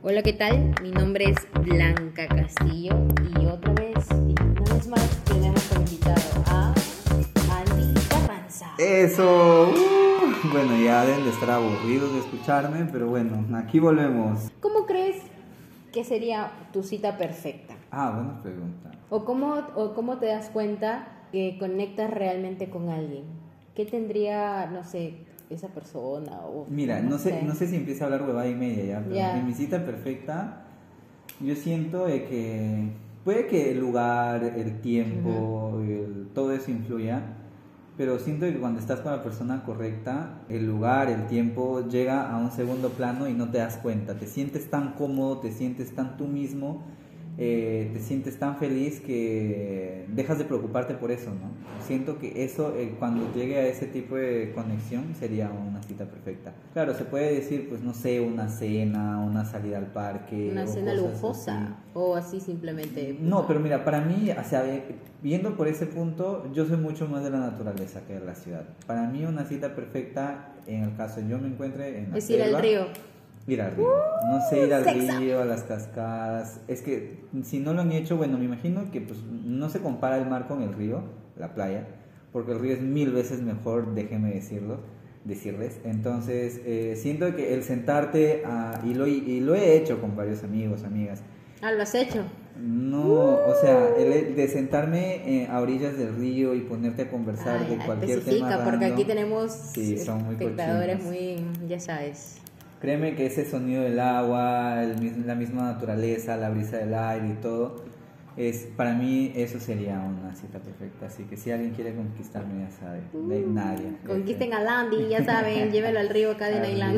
Hola, ¿qué tal? Mi nombre es Blanca Castillo y una vez más tenemos como invitado a Andy Carranza. Eso. Bueno, ya deben de estar aburridos de escucharme, pero bueno, aquí volvemos. ¿Cómo crees que sería tu cita perfecta? Buena pregunta. ¿O cómo te das cuenta que conectas realmente con alguien? ¿Qué tendría, no sé, esa persona? Mira, no sé si empieza a hablar huevada y media ya, pero Ya. en mi cita perfecta, yo siento de que puede que el lugar, el tiempo, todo eso influya, pero siento que cuando estás con la persona correcta, el lugar, el tiempo llega a un segundo plano y no te das cuenta. Te sientes tan cómodo, te sientes tan tú mismo, te sientes tan feliz que dejas de preocuparte por eso, ¿no? Siento que eso, cuando llegue a ese tipo de conexión, sería una cita perfecta. Claro, se puede decir, pues no sé, una cena, una salida al parque. Una cena cosas lujosa así. o así simplemente. No, pero mira, para mí, o sea, viendo por ese punto, yo soy mucho más de la naturaleza que de la ciudad. Para mí una cita perfecta, en el caso yo me encuentre en la Es ir al selva, río. ir al río. No sé, ir al Sexo. río, a las cascadas. Es que si no lo han hecho, bueno, me imagino que pues no se compara el mar con el río, la playa, porque el río es 1000 veces mejor, déjenme decirles. Entonces, siento que el sentarte, y lo he hecho con varios amigos, amigas. ¿Lo has hecho? No, o sea, el de sentarme a orillas del río y ponerte a conversar de cualquier tema especifica, porque random. aquí tenemos Sí, son muy espectadores cochinos. muy, ya sabes. Créeme que ese sonido del agua, la misma naturaleza, la brisa del aire y todo, para mí eso sería una cita perfecta. Así que si alguien quiere conquistarme, ya sabe, nadie. Conquisten a Landy, ya saben, llévelo al río acá de Nailán.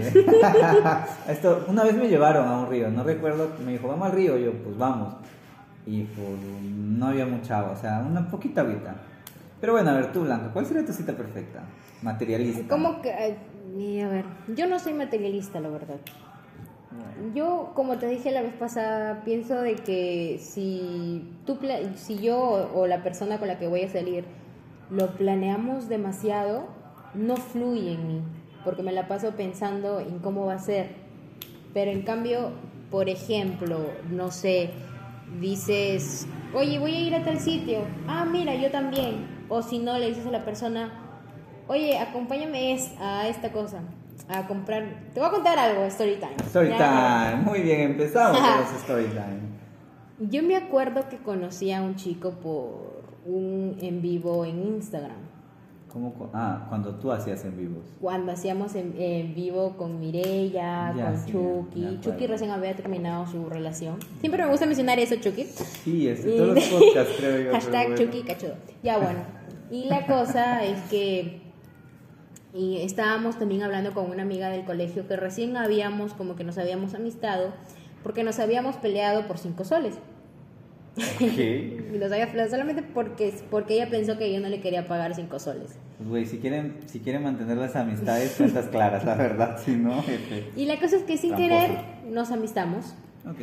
Esto, una vez me llevaron a un río, no recuerdo, me dijo, vamos al río, yo, pues vamos. Y pues no había mucha agua, o sea, una poquita agüita. Pero bueno, a ver, tú, Blanca, ¿cuál sería tu cita perfecta? Materialista. ¿Cómo que? A ver, yo no soy materialista, la verdad. Yo, como te dije la vez pasada, pienso de que si yo o la persona con la que voy a salir lo planeamos demasiado, no fluye en mí, porque me la paso pensando en cómo va a ser. Pero en cambio, por ejemplo, no sé, dices, oye, voy a ir a tal sitio. Mira, yo también. O si no, le dices a la persona, oye, acompáñame a esta cosa, a comprar. Te voy a contar algo, story time. Story time, muy bien, empezamos con los story time. Yo me acuerdo que conocí a un chico por un en vivo en Instagram. Cuando tú hacías en vivos. Cuando hacíamos en vivo con Mireia, Ya, con sí, Chucky. me acuerdo. Chucky recién había terminado su relación. Siempre me gusta mencionar eso, Chucky. Sí, todos los podcasts creo yo. Hashtag pero bueno. Chucky cachudo. Ya bueno. Y la cosa es que estábamos también hablando con una amiga del colegio que recién nos habíamos amistado porque nos habíamos peleado por 5 soles. ¿Qué? Y nos había peleado solamente porque ella pensó que yo no le quería pagar 5 soles. Pues güey, si quieren mantener las amistades, cuentas claras, la verdad, si no, Y la cosa es que sin tramposo. querer nos amistamos. Ok.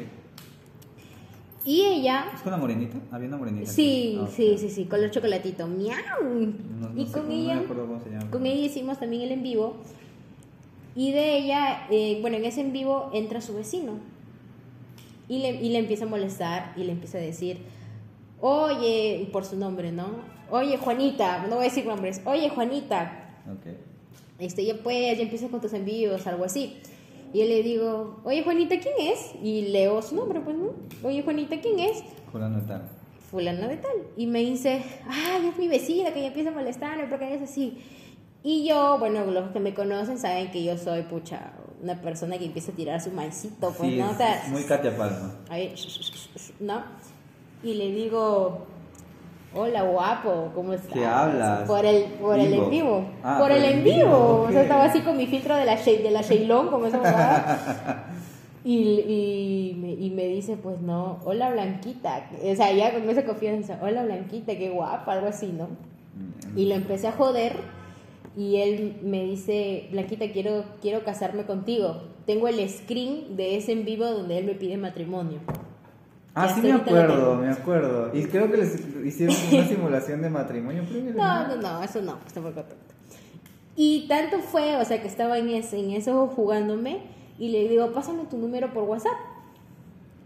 Y ella... ¿Es con la morenita? Había una morenita. Sí, aquí. sí, color chocolatito. ¡Miau! No Y sé con cómo, ella... no me acuerdo cómo se llama. Con ella hicimos también el en vivo. Y de ella, en ese en vivo entra su vecino. Y le empieza a molestar y le empieza a decir, oye, por su nombre, ¿no? Oye, Juanita, no voy a decir nombres. Oye, Juanita. Ok. Ya empieza con tus en vivos, algo así. Y yo le digo, oye, Juanita, ¿quién es? Y leo su nombre, pues, ¿no? Oye, Juanita, ¿quién es? Fulano de tal. Fulano de tal. Y me dice, es mi vecina que ya empieza a molestarme porque es así. Y yo, bueno, los que me conocen saben que yo soy, una persona que empieza a tirar su maicito, pues, Sí, ¿no? O sea, es muy Katia Palma. ahí, ¿no? Y le digo, hola, guapo, ¿cómo estás? ¿Qué hablas? Por el en vivo. Por el en vivo. ok. O sea, estaba así con mi filtro de la Shailong, como esa mamada. Y me dice, pues no, hola Blanquita. O sea, ya con esa confianza, hola Blanquita, qué guapa, algo así, ¿no? Y lo empecé a joder. Y él me dice, Blanquita, quiero casarme contigo. Tengo el screen de ese en vivo donde él me pide matrimonio. Sí me acuerdo. Y creo que les hicieron una simulación de matrimonio. No, eso no, está por contacto. Y tanto fue, o sea, que estaba en eso jugándome y le digo, pásame tu número por WhatsApp.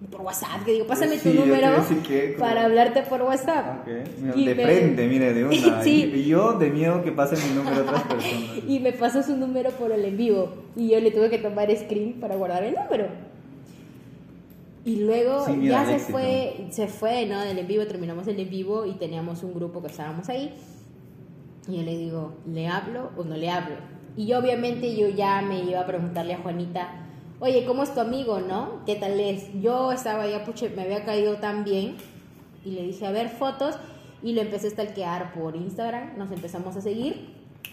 por WhatsApp, que digo, pásame Sí, tu yo te número iba a decir que, como- para hablarte por WhatsApp. Ok. Y De me- frente, mire, de una. Sí. Y yo de miedo que pase mi número a otras personas. Y me pasó su número por el en vivo y yo le tuve que tomar screen para guardar el número. Y luego Sí, mira, ya el se éxito. fue, ¿no? Del en vivo, terminamos el en vivo y teníamos un grupo que estábamos ahí. Y yo le digo, ¿le hablo o no le hablo? Y yo obviamente yo ya me iba a preguntarle a Juanita, oye, ¿cómo es tu amigo, no? ¿Qué tal es? Yo estaba ya, pucha, me había caído tan bien. Y le dije, a ver, fotos. Y lo empecé a stalkear por Instagram. Nos empezamos a seguir.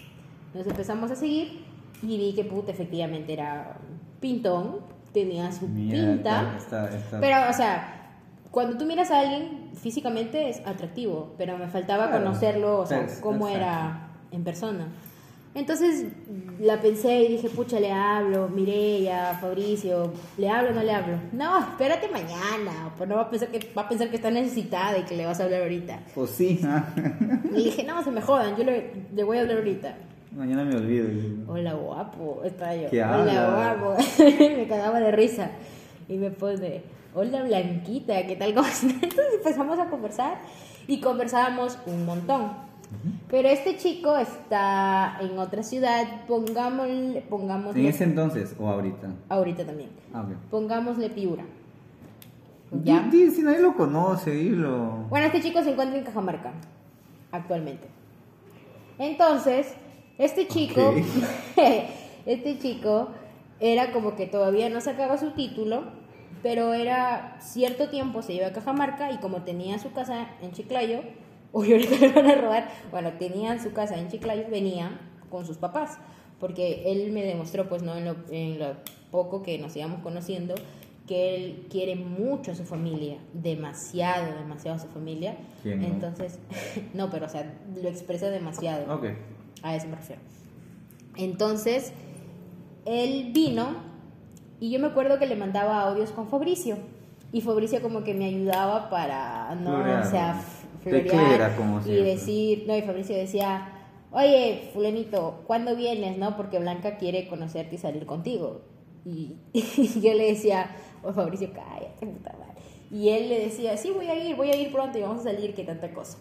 Y vi que, puta, efectivamente era pintón. Tenía su pinta. Está. Pero, o sea, cuando tú miras a alguien físicamente es atractivo, pero me faltaba Claro. conocerlo, o sea, cómo era en persona. Entonces la pensé y dije, pucha, le hablo, Mireya, Fabricio, ¿le hablo o no le hablo? No, espérate mañana, pues no va a pensar que está necesitada y que le vas a hablar ahorita. Pues sí, Y dije, no, se me jodan, yo le voy a hablar ahorita. mañana me olvido. Hola guapo, estaba yo. ¿Qué Hola habla? guapo. Me cagaba de risa. Y me pone, hola Blanquita, ¿qué tal? ¿Cómo estás? Entonces empezamos a conversar y conversábamos un montón. Pero este chico está en otra ciudad, pongámosle ¿En ese entonces o ahorita? ahorita también. Ah, ok. Pongámosle Piura. ¿Ya? Si nadie lo conoce, dilo. Bueno, este chico se encuentra en Cajamarca actualmente. Entonces, este chico, Ok. este chico era como que todavía no sacaba su título, pero era cierto tiempo se iba a Cajamarca y como tenía su casa en Chiclayo, uy, ahorita le van a robar, bueno, tenía su casa en Chiclayo, venía con sus papás, porque él me demostró, pues, ¿no? En lo poco que nos íbamos conociendo, que él quiere mucho a su familia, demasiado a su familia. ¿Quién no? Entonces, no, pero o sea, lo expresa demasiado. Ok. A eso me refiero. Entonces, él vino y yo me acuerdo que le mandaba audios con Fabricio. Y Fabricio como que me ayudaba para, no, Florear. o sea, Teclera, florear como y siempre. decir, no, y Fabricio decía, oye, fulanito, ¿cuándo vienes, no? Porque Blanca quiere conocerte y salir contigo. Y yo le decía, oh, Fabricio, cállate, puta madre. Y él le decía, sí, voy a ir pronto y vamos a salir, que tanta cosa.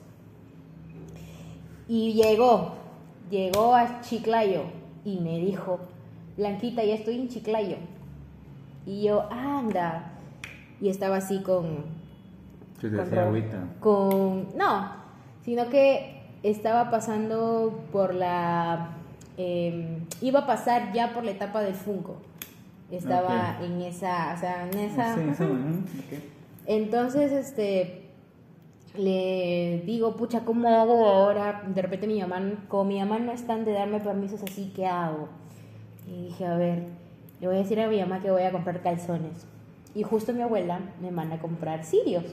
Y llegó a Chiclayo y me dijo, Blanquita, ya estoy en Chiclayo. Y yo, anda. Y estaba así Se te hacía agüita. no, sino que estaba pasando por iba a pasar ya por la etapa del Funko. Estaba Ok. en esa, o sea, en esa. Sí, Ajá. ok. Entonces, le digo, pucha, ¿cómo hago ahora? De repente como mi mamá no es tan de darme permisos así, ¿qué hago? Y dije, a ver, le voy a decir a mi mamá que voy a comprar calzones. Y justo mi abuela me manda a comprar cirios.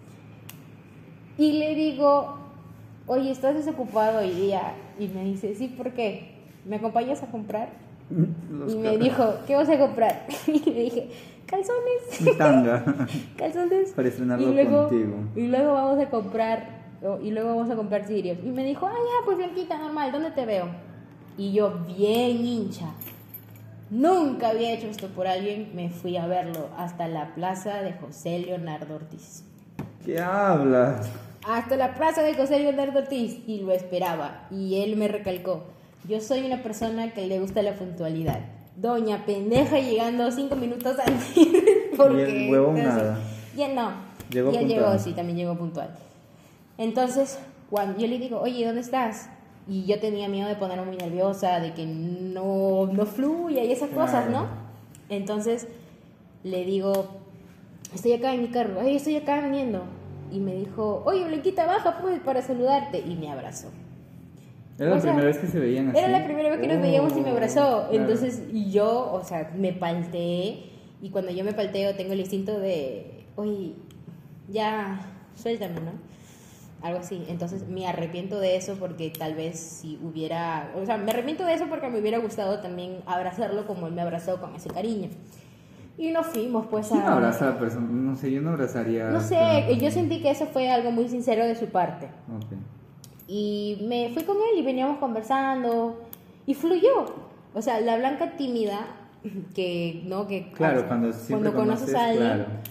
Y le digo, oye, ¿estás desocupado hoy día? Y me dice, sí, ¿por qué? ¿Me acompañas a comprar? Los Y me dijo, ¿qué vas a comprar? Y le dije, calzones. Mi tanga. Calzones. Para estrenarlo contigo. Y luego vamos a comprar cirios. Y me dijo, ah, ya, pues Blanquita, normal, ¿dónde te veo? Y yo, bien hincha. Nunca había hecho esto por alguien, me fui a verlo hasta la plaza de José Leonardo Ortiz. ¿Qué hablas? Hasta la plaza de José Leonardo Ortiz y lo esperaba. Y él me recalcó, yo soy una persona que le gusta la puntualidad. Doña pendeja llegando 5 minutos antes. Porque, Y el huevón entonces, nada. Ya no. Llegó Ya puntual. llegó, sí, también llegó puntual. Entonces, cuando yo le digo, oye, ¿dónde estás? Y yo tenía miedo de ponerme muy nerviosa, de que no fluya y esas cosas, ¿no? Entonces, le digo, estoy acá en mi carro, ay, estoy acá viniendo. Y me dijo, oye, Blanquita, baja pues para saludarte. Y me abrazó. Era la primera vez que se veían así. Era la primera vez que nos veíamos y me abrazó. Claro. Entonces, y yo, o sea, me palteé. Y cuando yo me palteo, tengo el instinto de, oye, ya, suéltame, ¿no? Algo así. Entonces, me arrepiento de eso porque tal vez si hubiera... O sea, me arrepiento de eso porque me hubiera gustado también abrazarlo como él me abrazó con ese cariño. Y nos fuimos, pues, ¿Quién abraza a la persona? No sé, yo no abrazaría. No sé, yo sentí que eso fue algo muy sincero de su parte. Ok. Y me fui con él y veníamos conversando y fluyó. O sea, la Blanca tímida, que no que Claro, o sea, cuando siempre conoces a alguien, claro.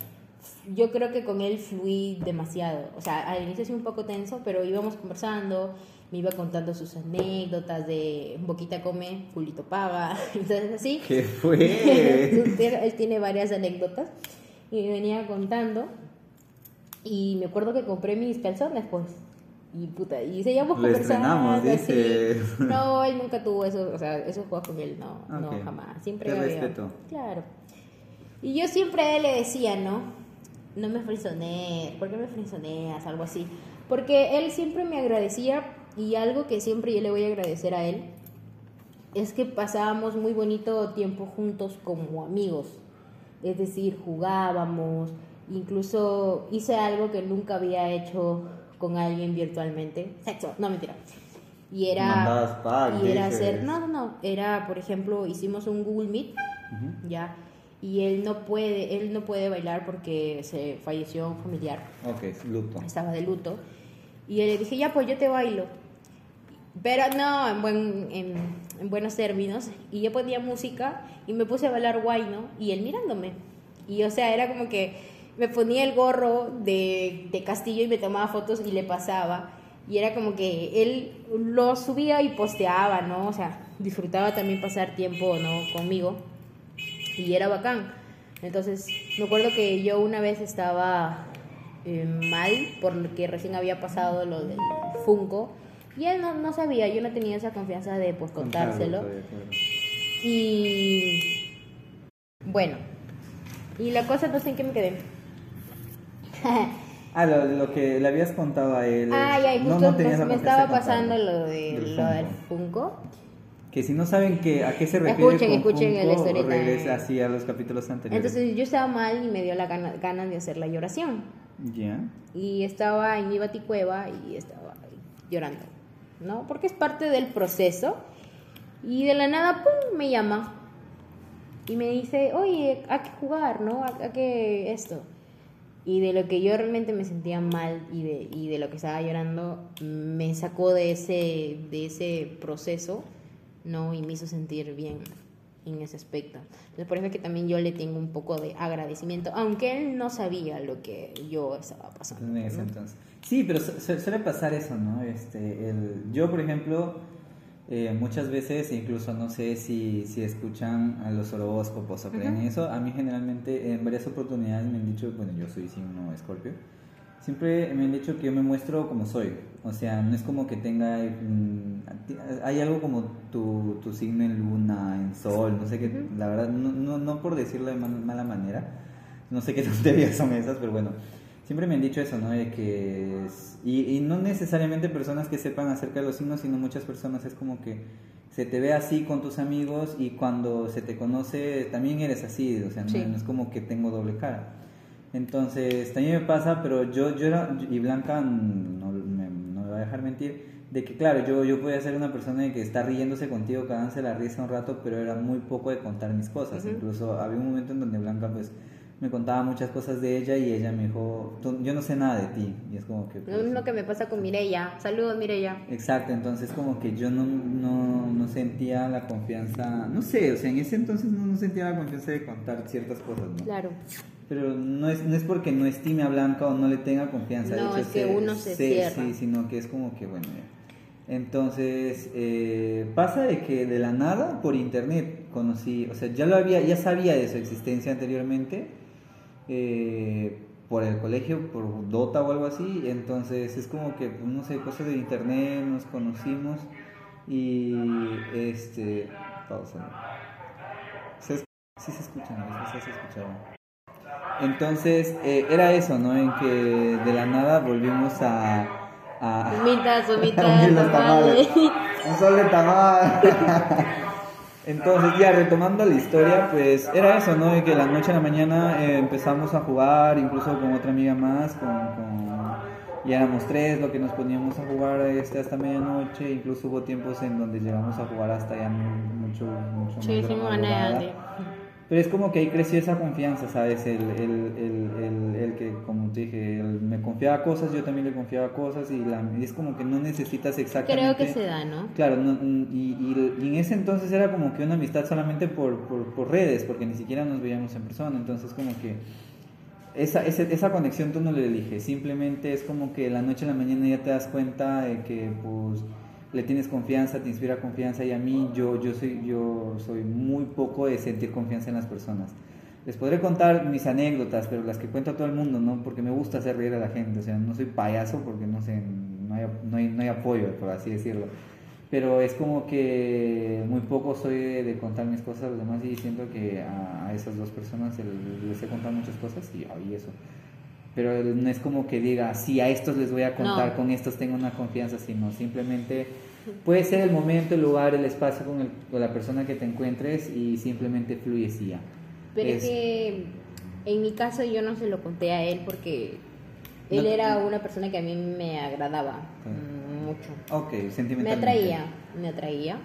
yo creo que con él fluí demasiado. O sea, al inicio sí un poco tenso, pero íbamos conversando, me iba contando sus anécdotas de Boquita come, Julito paga, entonces así. ¿Qué fue? Él tiene varias anécdotas y me venía contando. Y me acuerdo que compré mis calzones, pues. Y puta, y seguíamos Lo estrenamos, conversando así. dice. No, él nunca tuvo eso, o sea, esos juegos con él, no, no, Ok. jamás. Siempre Te había. respeto. Claro. Y yo siempre a él le decía, ¿no? No me frisonees, ¿por qué me frisoneas? Algo así. Porque él siempre me agradecía, y algo que siempre yo le voy a agradecer a él es que pasábamos muy bonito tiempo juntos como amigos. Es decir, jugábamos, incluso hice algo que nunca había hecho con alguien virtualmente. Sexo, no, mentira. Y Mandabas era, pack, y era dices. hacer, no, era, por ejemplo, hicimos un Google Meet, ya, y él no puede bailar porque se falleció un familiar, Ok, luto. estaba de luto, y yo le dije, ya, pues yo te bailo, pero no, en buenos términos, y yo ponía música y me puse a bailar guay, ¿no? Y él mirándome, y o sea, era como que me ponía el gorro de Castillo y me tomaba fotos y le pasaba, y era como que él lo subía y posteaba, ¿no? O sea, disfrutaba también pasar tiempo, ¿no? Conmigo, y era bacán. Entonces, me acuerdo que yo una vez estaba mal porque recién había pasado lo del Funko, y él no sabía, yo no tenía esa confianza de pues contárselo. Y bueno, y la cosa, no sé en qué me quedé. Lo que le habías contado a él. Ya, y justo tenías la me confianza estaba de contarlo. pasando lo del Funko. Que si no saben a qué se refiere Escuchen con el Funko, story time. regresa así a los capítulos anteriores. Entonces yo estaba mal y me dio la ganas de hacer la lloración. Ya. Y estaba en mi baticueva y estaba llorando, ¿no? Porque es parte del proceso. Y de la nada, ¡pum!, me llama. Y me dice, oye, hay que jugar, ¿no? ¿A qué esto? Y de lo que yo realmente me sentía mal y de lo que estaba llorando, me sacó de ese proceso, ¿no? Y me hizo sentir bien en ese aspecto. Entonces, por eso es que también yo le tengo un poco de agradecimiento, aunque él no sabía lo que yo estaba pasando, En ese ¿no? entonces. Sí, pero suele pasar eso, ¿no? Yo, por ejemplo, muchas veces, incluso no sé si escuchan a los horóscopos o creen eso, a mí generalmente en varias oportunidades me han dicho, bueno, yo soy signo Escorpio, siempre me han dicho que yo me muestro como soy, o sea, no es como que tenga, hay algo como tu signo en luna, en sol, no sé qué, la verdad, no por decirlo de mala manera, no sé qué tonterías son esas, pero bueno, siempre me han dicho eso, ¿no? De que y no necesariamente personas que sepan acerca de los signos, sino muchas personas es como que se te ve así con tus amigos y cuando se te conoce también eres así, o sea, no, Sí. no es como que tengo doble cara. Entonces, también me pasa, pero yo era, y Blanca no me va a dejar mentir, de que claro, yo podía ser una persona de que está riéndose contigo, cagándose la risa un rato, pero era muy poco de contar mis cosas. Incluso había un momento en donde Blanca pues me contaba muchas cosas de ella y ella me dijo, yo no sé nada de ti. Y es como que... Lo mismo que me pasa con Mireia. Saludos, Mireia. Exacto, entonces como que yo no sentía la confianza, no sé, o sea, en ese entonces no sentía la confianza de contar ciertas cosas, ¿no? Claro. Pero no es porque no estime a Blanca o no le tenga confianza. No, de hecho, es que uno se cierra. Sí, sino que es como que, bueno, ya. Entonces, pasa de que de la nada, por internet, conocí, o sea, ya sabía de su existencia anteriormente, por el colegio, por Dota o algo así, entonces es como que, pues, no sé, cosas de internet, nos conocimos y, pausa. Sí se escuchan, a veces se escuchaban. Entonces, era eso, ¿no? En que de la nada volvimos a Humitas, unir los tamales. Un sol de tamal. Entonces, ya retomando la historia, pues era eso, ¿no? De que la noche a la mañana empezamos a jugar, incluso con otra amiga más, y éramos 3 lo que nos poníamos a jugar hasta medianoche. Incluso hubo tiempos en donde llegamos a jugar hasta ya mucho Sí, más de sí, la me madrugada. gané. Pero es como que ahí creció esa confianza, ¿sabes? El que, como te dije, él me confiaba cosas, yo también le confiaba cosas y es como que no necesitas exactamente... Creo que se da, ¿no? Claro, y en ese entonces era como que una amistad solamente por redes, porque ni siquiera nos veíamos en persona, entonces como que esa conexión tú no la eliges, simplemente es como que de la noche a la mañana ya te das cuenta de que pues le tienes confianza, te inspira confianza, y a mí yo soy muy poco de sentir confianza en las personas. Les podré contar mis anécdotas, pero las que cuento a todo el mundo, ¿no? Porque me gusta hacer reír a la gente, o sea, no soy payaso porque no hay apoyo, por así decirlo. Pero es como que muy poco soy de contar mis cosas a los demás, y siento que a esas dos personas les he contado muchas cosas y eso. Pero no es como que diga, sí, a estos les voy a contar, con estos tengo una confianza, sino simplemente puede ser el momento, el lugar, el espacio con la persona que te encuentres, y simplemente fluyes y ya. Pero es que en mi caso yo no se lo conté a él porque él era una persona que a mí me agradaba mucho. Ok, sentimentalmente. Me atraía.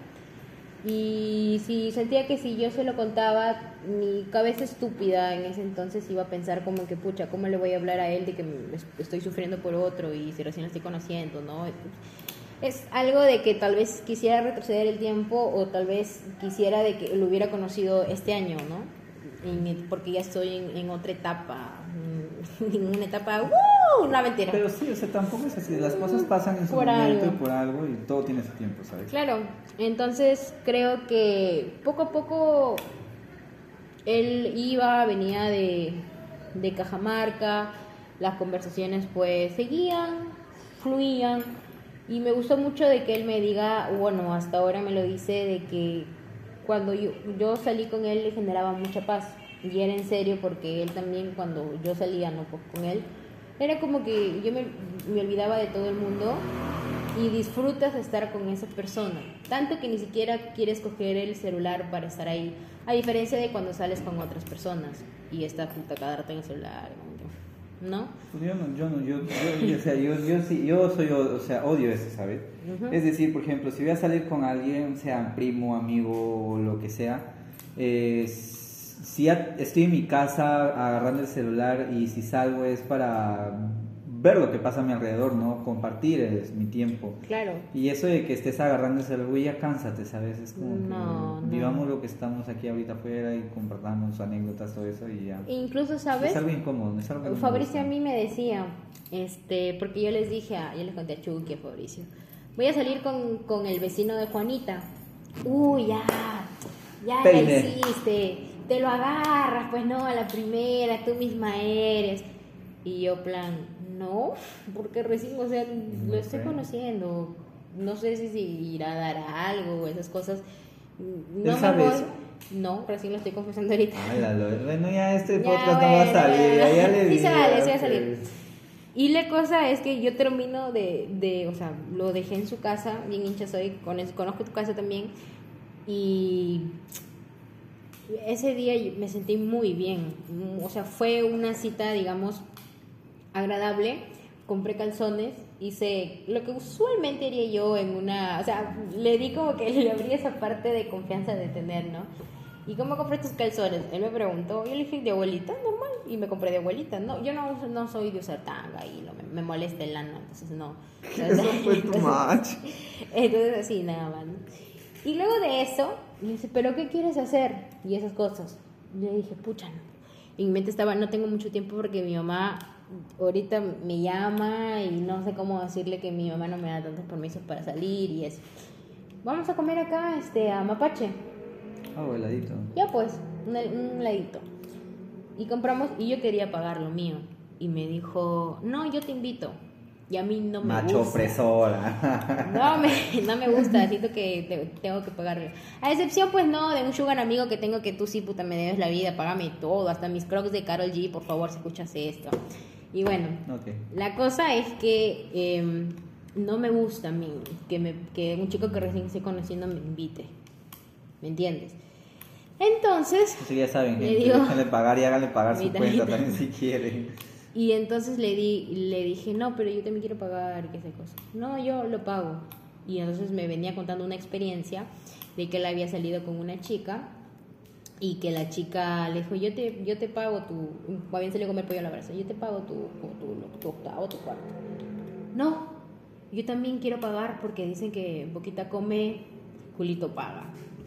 Y si sentía que si yo se lo contaba, mi cabeza estúpida en ese entonces iba a pensar como que, pucha, ¿cómo le voy a hablar a él de que estoy sufriendo por otro y si recién lo estoy conociendo, ¿no? Es algo de que tal vez quisiera retroceder el tiempo, o tal vez quisiera de que lo hubiera conocido este año, ¿no? Porque ya estoy en otra etapa, en una etapa, una mentira. Pero sí, o sea, tampoco es así, las cosas pasan en su momento y por algo, y todo tiene su tiempo, ¿sabes? Claro, entonces creo que poco a poco él venía de Cajamarca, las conversaciones pues seguían, fluían, y me gustó mucho de que él me diga, bueno, hasta ahora me lo dice, de que cuando yo salí con él le generaba mucha paz, y era en serio, porque él también, cuando yo salía, no, pues, con él, era como que yo me olvidaba de todo el mundo y disfrutas estar con esa persona, tanto que ni siquiera quieres coger el celular para estar ahí, a diferencia de cuando sales con otras personas y está puta cada rato en el celular, ¿no? Pues yo soy, o sea, odio eso, ¿sabes? Uh-huh. Es decir, por ejemplo, si voy a salir con alguien, sea primo, amigo o lo que sea, si ya estoy en mi casa agarrando el celular, y si salgo es para ver lo que pasa a mi alrededor, ¿no? Compartir es mi tiempo. Claro. Y eso de que estés agarrando el celular, ya cánsate, ¿sabes? Es como que vivamos lo que estamos aquí ahorita afuera y compartamos anécdotas, todo eso, y ya. Incluso, ¿sabes? Es algo incómodo, es algo que Fabricio a mí me decía, porque yo les dije, yo les conté a Chucky, a Fabricio, voy a salir con el vecino de Juanita. Ya la hiciste, te lo agarras, pues no, a la primera, tú misma eres. Y yo plan, no, porque recién, o sea, lo estoy conociendo, no sé si irá a dar algo o esas cosas. No me voy. No, recién lo estoy confesando ahorita. Bueno, ya este podcast no va a salir, ya le dije. Sí va a salir. Y la cosa es que yo termino o sea, lo dejé en su casa, bien hincha soy, conozco tu casa también, y ese día me sentí muy bien, o sea, fue una cita, digamos, agradable. Compré calzones, hice lo que usualmente haría yo o sea, le di como que le abrí esa parte de confianza de tener, ¿no? ¿Y cómo compré tus calzones? Él me preguntó, yo le dije, de abuelita, normal, y me compré de abuelita. No, yo no soy de usar tanga y me molesta el ano, entonces no. Eso fue too much. Entonces así, nada más, ¿no? Y luego de eso, me dice, ¿pero qué quieres hacer? Y esas cosas. Y le dije, pucha, no. Y mi mente estaba, no tengo mucho tiempo porque mi mamá ahorita me llama y no sé cómo decirle que mi mamá no me da tantos permisos para salir y eso. Vamos a comer acá a Mapache. Heladito. Ya pues, un heladito. Y compramos, y yo quería pagar lo mío. Y me dijo, no, yo te invito. Y a mí no me gusta. Macho opresora. No me gusta, siento que tengo que pagarle. A excepción, pues no, de un sugar amigo que tengo, que tú sí, puta, me debes la vida, págame todo, hasta mis crocs de Karol G, por favor, si escuchas esto. Y bueno, La cosa es que no me gusta a mí que un chico que recién estoy conociendo me invite. ¿Me entiendes? Entonces... Así ya saben, déjenle pagar y háganle pagar su cuenta también si quieren. Y entonces le dije, no, pero yo también quiero pagar, qué sé cosa. No, yo lo pago. Y entonces me venía contando una experiencia de que él había salido con una chica y que la chica le dijo, yo te pago habían salido a comer pollo a la brasa, yo te pago tu octavo, tu cuarto. No, yo también quiero pagar porque dicen que Boquita come, Julito paga.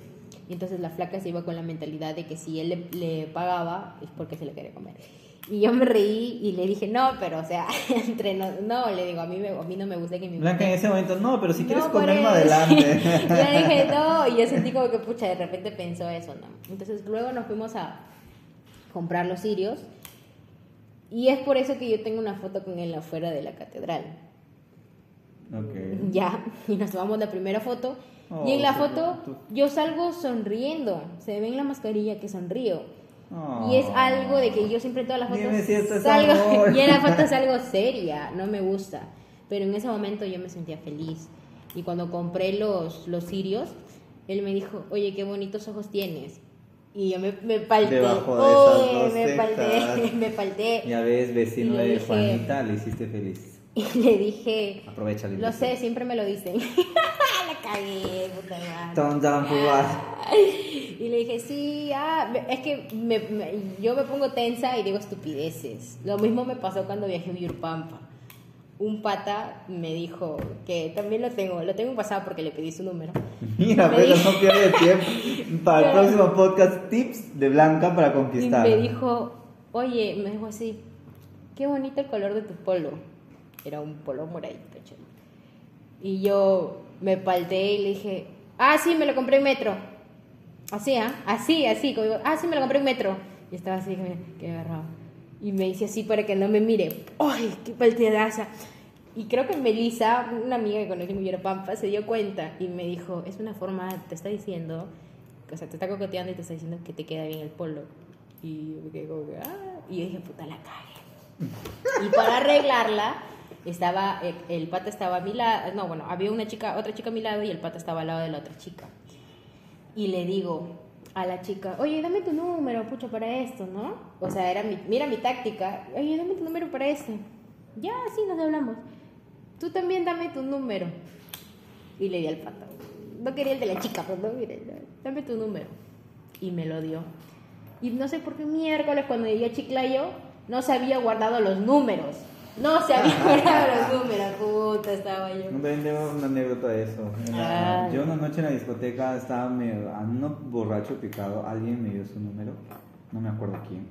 Y entonces la flaca se iba con la mentalidad de que si él le pagaba es porque se le quería comer. Y yo me reí y le dije, no, pero o sea, no, le digo, a mí no me gusta que mi Blanca en ese momento, no, pero si quieres por comerme eso. adelante. Y yo dije, no, y yo sentí como que, pucha, de repente pensó eso, ¿no? Entonces luego nos fuimos a comprar los cirios y es por eso que yo tengo una foto con él afuera de la catedral. Ok. Ya, y nos tomamos la primera foto y en la foto yo salgo sonriendo, se ve en la mascarilla que sonrío. Y es algo de que yo siempre en todas las fotos Dime si esto es salgo amor. y en la foto salgo seria, no me gusta. Pero en ese momento yo me sentía feliz. Y cuando compré los cirios, él me dijo, oye, qué bonitos ojos tienes. Y yo me palté. Debajo de esas dos Me palté. Ya ves, vecino Y le de dije- Juanita, le hiciste feliz. Y le dije, Aprovecha lo sé, siempre me lo dicen. La cagué, puta madre. Don't down for what? Y le dije, sí, es que yo me pongo tensa y digo estupideces. Lo mismo me pasó cuando viajé a Yurpampa. Un pata me dijo que también lo tengo pasado porque le pedí su número. Mira, Me pero dijo- no pierde tiempo. Para el próximo podcast, tips de Blanca para Y conquistar. me dijo, oye, me dijo así, qué bonito el color de tu polo. Era un polo moradito, chévere. Y yo me palteé y le dije, sí, me lo compré en Metro. Así, así, como digo, sí, me lo compré en Metro. Y estaba así, que agarrado. Y me dice así para que no me mire. ¡Ay, qué palteadaza! Y creo que Melissa, una amiga que conocí en Villarpampa, se dio cuenta y me dijo, es una forma, te está diciendo, o sea, te está coqueteando y te está diciendo que te queda bien el polo. Y yo me quedé como que, y yo dije, puta, la cagué. Y para arreglarla, el pata estaba a mi lado, no, bueno, había otra chica a mi lado y el pata estaba al lado de la otra chica. Y le digo a la chica, oye, dame tu número, pucha, para esto, ¿no? O sea, mira mi táctica, oye, dame tu número para esto. Ya, sí, nos hablamos. Tú también dame tu número. Y le di al pata. No quería el de la chica, pero no, mire, dame tu número. Y me lo dio. Y no sé por qué miércoles cuando llegué a Chiclayo no se había guardado los números. No se había guardado los números, puta, estaba yo. No, también tengo una anécdota de eso. Yo una noche en la discoteca estaba ando borracho picado. Alguien me dio su número. No me acuerdo quién.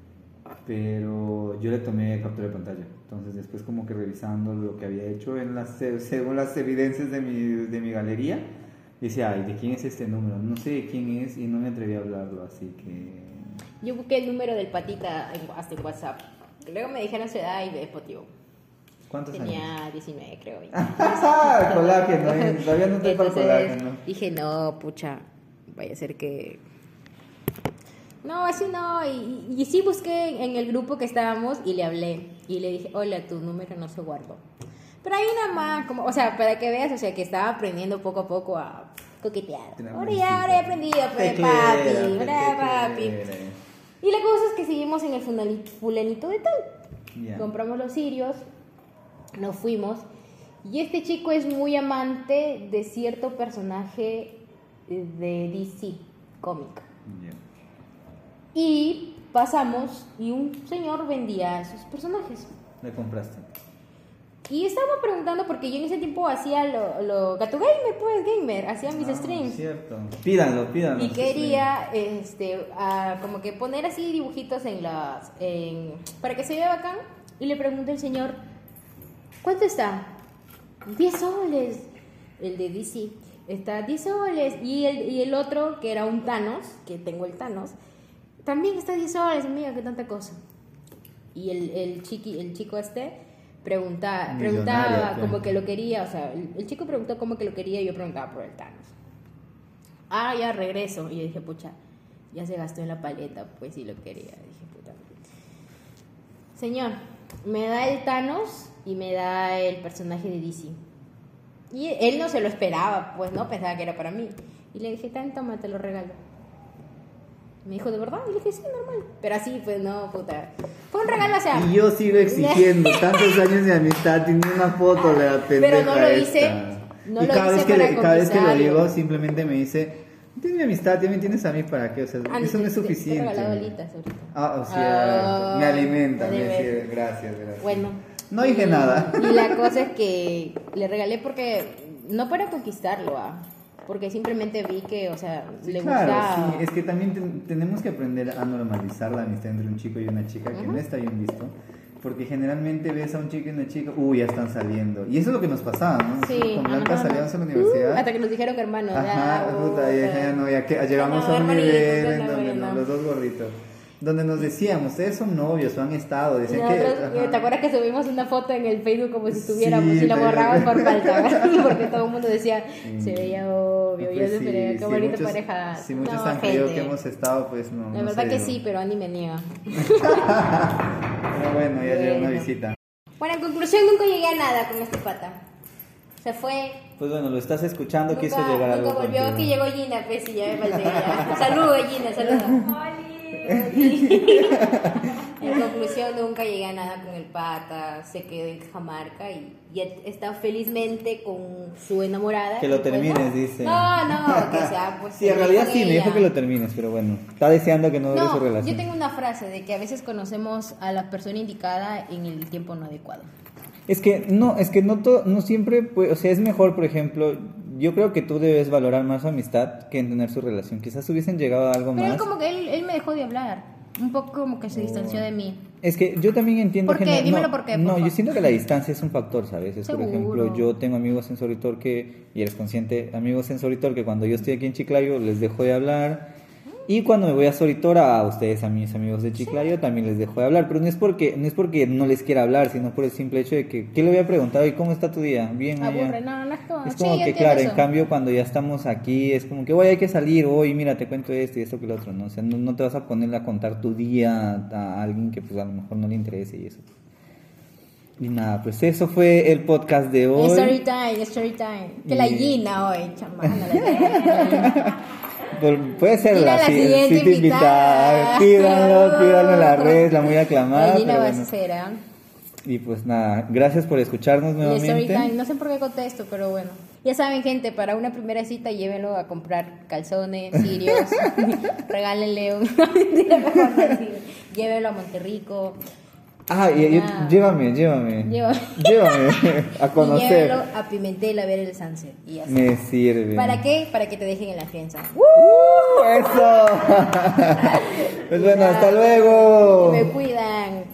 Pero yo le tomé captura de pantalla. Entonces después como que revisando lo que había hecho según las evidencias de mi galería, dice, ¿de quién es este número? No sé de quién es y no me atreví a hablarlo, así que... Yo busqué el número del patita hasta en WhatsApp. Luego me dijeron su edad y después, tío. ¿Cuántos Tenía años? 19, creo. Colágeno, todavía no te para colágeno. Dije, no, pucha, vaya a ser que... No, así no. Y sí busqué en el grupo que estábamos y le hablé. Y le dije, hola, tu número no se guardó. Pero ahí nada más, como, o sea, para que veas, o sea, que estaba aprendiendo poco a poco a coquetear. Ahora ya he aprendido, pues, papi. Y la cosa es que seguimos en el fulanito de tal. Yeah. Compramos los cirios, nos fuimos. Y este chico es muy amante de cierto personaje de DC, cómic. Yeah. Y pasamos y un señor vendía esos personajes. ¿Le compraste? Y estaba preguntando, porque yo en ese tiempo hacía lo Gato Gamer, pues, gamer, hacía mis streams. Cierto. Pídanlo. Y quería, como que poner así dibujitos para que se vea bacán. Y le pregunté al señor, ¿cuánto está? 10 soles. El de DC está 10 soles. Y el otro, que era un Thanos, que tengo el Thanos, también está 10 soles, amiga, qué tanta cosa. Y el chico preguntaba como que lo quería, o sea, el chico preguntó como que lo quería y yo preguntaba por el Thanos. Ya regreso. Y yo dije, pucha, ya se gastó en la paleta, pues sí lo quería. Dije, puta. Señor, me da el Thanos y me da el personaje de DC. Y él no se lo esperaba, pues no pensaba que era para mí. Y le dije, toma, te lo regalo. Me dijo, ¿de verdad? Y le dije, sí, normal. Pero así, pues no, puta. Fue un regalo, o sea. Y yo sigo exigiendo tantos años de amistad, tiene una foto de la pendeja. Pero no lo hice. esta. No y lo cada hice vez que para cada vez que lo conquistarlo. digo, simplemente me dice, tienes mi amistad, ya me tienes a mí para qué, o sea, eso no es Te he suficiente. regalado alitas ahorita. Cierto. Me alimenta, puede ver. gracias. Bueno. No dije nada. Y la cosa es que le regalé porque, no para conquistarlo, porque simplemente vi que, o sea, Sí, le claro, gustaba. sí, es que también tenemos que aprender a normalizar la amistad entre un chico y una chica, que no está bien visto, porque generalmente ves a un chico y una chica, ya están saliendo, y eso es lo que nos pasaba, ¿no? Nosotros Sí, con Blanca ajá. salíamos a la universidad, Hasta que nos dijeron que hermanos. ajá, puta, ya no, ya que llegamos No, a un hermanitos, nivel no, en donde no. los dos gorditos, donde nos decían, ustedes son novios o han estado, decían que... Nosotros, ¿te acuerdas que subimos una foto en el Facebook como si estuviéramos Sí, y la pero- borraban por falta? Porque todo el mundo decía, se veía obvio, Pues yo se sí, veía, qué sí, bonita muchos- pareja. Si muchos No, han creído gente. que hemos estado, pues no. La no verdad sé, que ¿no? sí, pero Andy me niega. Pero bueno, ya llegó una Bueno. visita. Bueno, en conclusión, nunca llegué a nada con este pata. Se fue. Pues bueno, lo estás escuchando, quiso Nunca, llegar a nunca algo volvió. contigo. Aquí llegó Gina, pues, y ya me parece que ya. Saludos, Gina, saludos. En conclusión, nunca llegué a nada con el pata, se quedó en Jamarca y está felizmente con su enamorada. Que lo y pues, termines, no. dice. No, que sea pues. Sí, en feliz realidad con sí, me dijo ella. que lo termines, pero bueno, está deseando que no dure su No, relación. yo tengo una frase de que a veces conocemos a la persona indicada en el tiempo no adecuado. Es que no siempre, o sea, es mejor, por ejemplo, yo creo que tú debes valorar más su amistad que en tener su relación. Quizás hubiesen llegado a algo Pero más. él como que él me dejó de hablar, un poco como que se distanció de mí. Es que yo también entiendo ¿Por qué? que Dímelo por qué, por No, favor. yo siento que la distancia es un factor, ¿sabes? Es, por Seguro. ejemplo, yo tengo amigos en Soritor y eres consciente, amigos en Soritor que cuando yo estoy aquí en Chiclayo les dejo de hablar. Y cuando me voy a Soritor, a ustedes, a mis amigos de Chiclayo, también les dejo de hablar. Pero no es porque no les quiera hablar, sino por el simple hecho de que, ¿qué le había preguntado? ¿Y cómo está tu día? Bien, allá. Aburre, no es como... Es sí, como yo que, entiendo claro, en eso. cambio, cuando ya estamos aquí, es como que, oye, hay que salir, hoy, mira, te cuento esto y esto que lo otro, ¿no? O sea, no te vas a poner a contar tu día a alguien que, pues, a lo mejor no le interese y eso. Y nada, pues eso fue el podcast de hoy. Story time. Que la Y- Gina hoy, chamana. La Gina. Puede ser Mira la siguiente invitada. Pídanlo en las redes, la muy aclamada. La Gina pero va a bueno. ser, ¿ah? Y pues nada, gracias por escucharnos Y story nuevamente. time, no sé por qué contesto, pero bueno. Ya saben, gente, para una primera cita llévenlo a comprar calzones, cirios, regálenle un... Mentira, mejor no, sí. Llévenlo a Monterrico. Ah. Llévame Llévame. a Y conocer. llévenlo a Pimentel a ver el sunset. Y ya está. Me sirve. ¿Para qué? Para que te dejen en la fianza. ¡Eso! Pues bueno, hasta luego. Me cuidan.